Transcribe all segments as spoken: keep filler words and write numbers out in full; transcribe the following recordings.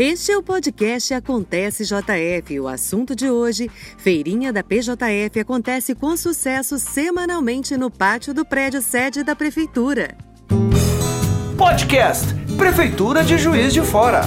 Este é o podcast Acontece J F. O assunto de hoje, Feirinha da P J F acontece com sucesso semanalmente no pátio do prédio sede da Prefeitura. Podcast Prefeitura de Juiz de Fora.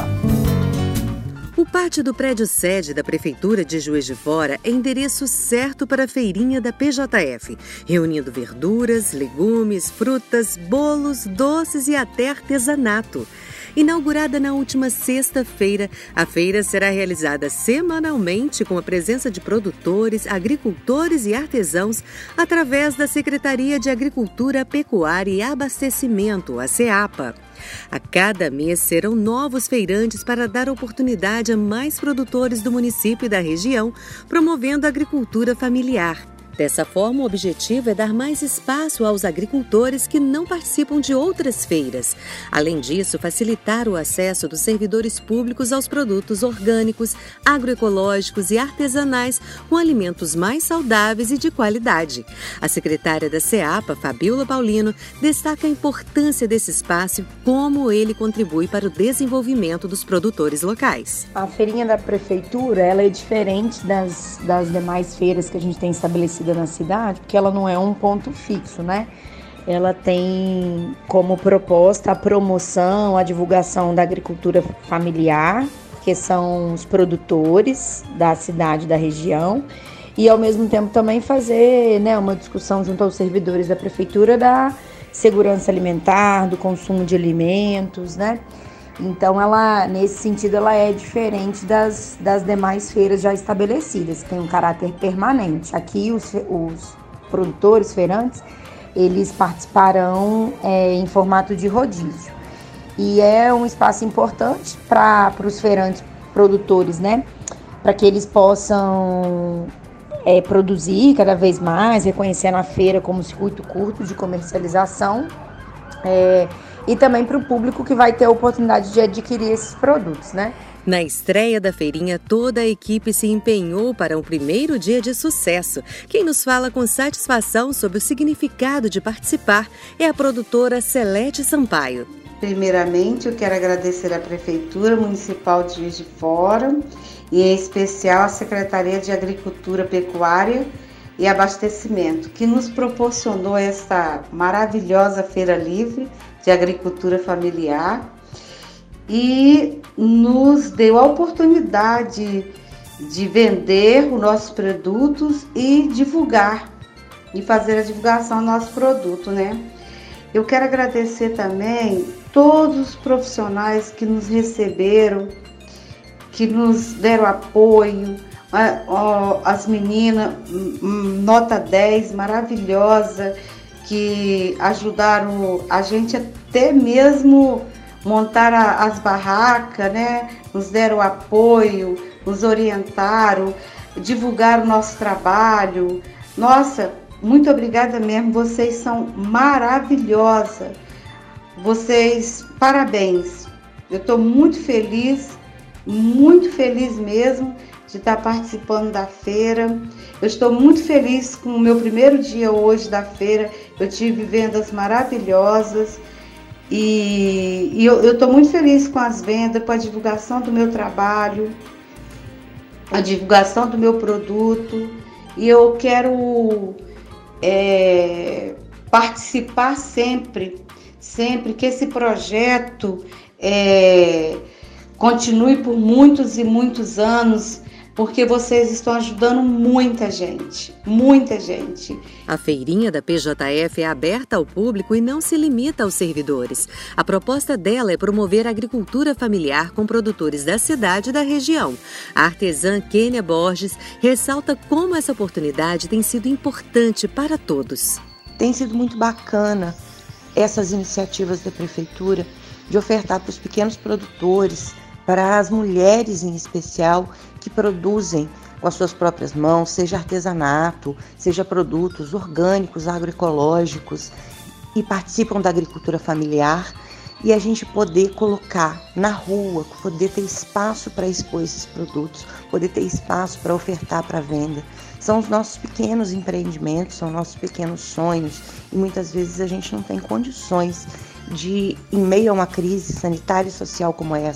O pátio do prédio sede da Prefeitura de Juiz de Fora é endereço certo para a Feirinha da P J F, reunindo verduras, legumes, frutas, bolos, doces e até artesanato. Inaugurada na última sexta-feira, a feira será realizada semanalmente com a presença de produtores, agricultores e artesãos através da Secretaria de Agricultura, Pecuária e Abastecimento, a SEAPA. A cada mês serão novos feirantes para dar oportunidade a mais produtores do município e da região, promovendo a agricultura familiar. Dessa forma, o objetivo é dar mais espaço aos agricultores que não participam de outras feiras. Além disso, facilitar o acesso dos servidores públicos aos produtos orgânicos, agroecológicos e artesanais com alimentos mais saudáveis e de qualidade. A secretária da SEAPA, Fabiola Paulino, destaca a importância desse espaço e como ele contribui para o desenvolvimento dos produtores locais. A feirinha da prefeitura ela é diferente das, das demais feiras que a gente tem estabelecido na cidade, porque ela não é um ponto fixo, né? Ela tem como proposta a promoção, a divulgação da agricultura familiar, que são os produtores da cidade, da região, e ao mesmo tempo também fazer, né, uma discussão junto aos servidores da prefeitura da segurança alimentar, do consumo de alimentos, né? Então, ela, nesse sentido, ela é diferente das, das demais feiras já estabelecidas, que tem um caráter permanente. Aqui, os, os produtores, feirantes, eles participarão é, em formato de rodízio. E é um espaço importante para os feirantes produtores, né? Para que eles possam é, produzir cada vez mais, reconhecendo a feira como circuito curto de comercialização, é, e também para o público que vai ter a oportunidade de adquirir esses produtos, né? Na estreia da feirinha, toda a equipe se empenhou para um primeiro dia de sucesso. Quem nos fala com satisfação sobre o significado de participar é a produtora Celete Sampaio. Primeiramente, eu quero agradecer à Prefeitura Municipal de Juiz de Fora e, em especial, à Secretaria de Agricultura, Pecuária e Abastecimento, que nos proporcionou esta maravilhosa feira livre de agricultura familiar e nos deu a oportunidade de vender os nossos produtos e divulgar, e fazer a divulgação do nosso produto, né? Eu quero agradecer também todos os profissionais que nos receberam, que nos deram apoio, as meninas, nota dez, maravilhosa, que ajudaram a gente até mesmo montar a, as barracas, né? Nos deram apoio, nos orientaram, divulgaram o nosso trabalho. Nossa, muito obrigada mesmo, vocês são maravilhosas. Vocês, parabéns. Eu estou muito feliz, muito feliz mesmo de estar participando da feira. Eu estou muito feliz com o meu primeiro dia hoje da feira. Eu tive vendas maravilhosas e, e eu estou muito feliz com as vendas, com a divulgação do meu trabalho, a divulgação do meu produto. E eu quero é, participar sempre, sempre que esse projeto é, continue por muitos e muitos anos, porque vocês estão ajudando muita gente, muita gente. A feirinha da P J F é aberta ao público e não se limita aos servidores. A proposta dela é promover a agricultura familiar com produtores da cidade e da região. A artesã Kênia Borges ressalta como essa oportunidade tem sido importante para todos. Tem sido muito bacana essas iniciativas da Prefeitura de ofertar para os pequenos produtores, para as mulheres em especial, que produzem com as suas próprias mãos, seja artesanato, seja produtos orgânicos, agroecológicos, e participam da agricultura familiar, e a gente poder colocar na rua, poder ter espaço para expor esses produtos, poder ter espaço para ofertar para venda. São os nossos pequenos empreendimentos, são nossos pequenos sonhos, e muitas vezes a gente não tem condições de, em meio a uma crise sanitária e social como essa,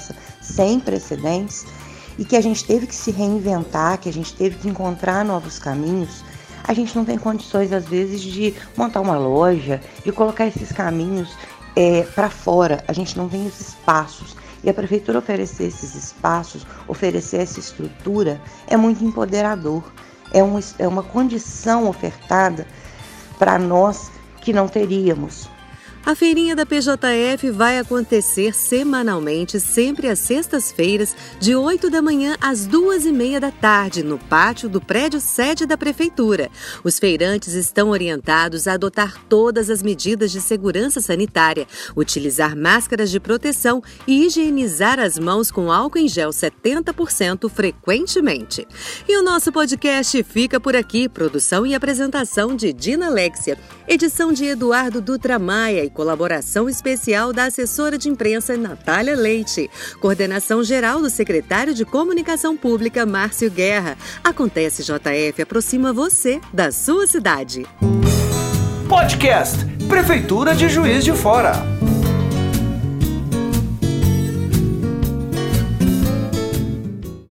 sem precedentes e que a gente teve que se reinventar, que a gente teve que encontrar novos caminhos, a gente não tem condições, às vezes, de montar uma loja, de colocar esses caminhos é, para fora. A gente não tem os espaços. E a prefeitura oferecer esses espaços, oferecer essa estrutura, é muito empoderador. É uma, é uma condição ofertada para nós que não teríamos. A feirinha da P J F vai acontecer semanalmente, sempre às sextas-feiras, de oito da manhã às duas e meia da tarde, no pátio do prédio sede da Prefeitura. Os feirantes estão orientados a adotar todas as medidas de segurança sanitária, utilizar máscaras de proteção e higienizar as mãos com álcool em gel setenta por cento frequentemente. E o nosso podcast fica por aqui. Produção e apresentação de Dina Alexia, edição de Eduardo Dutra Maia e colaboração especial da assessora de imprensa Natália Leite. Coordenação geral do secretário de Comunicação Pública, Márcio Guerra. Acontece J F aproxima você da sua cidade. Podcast Prefeitura de Juiz de Fora.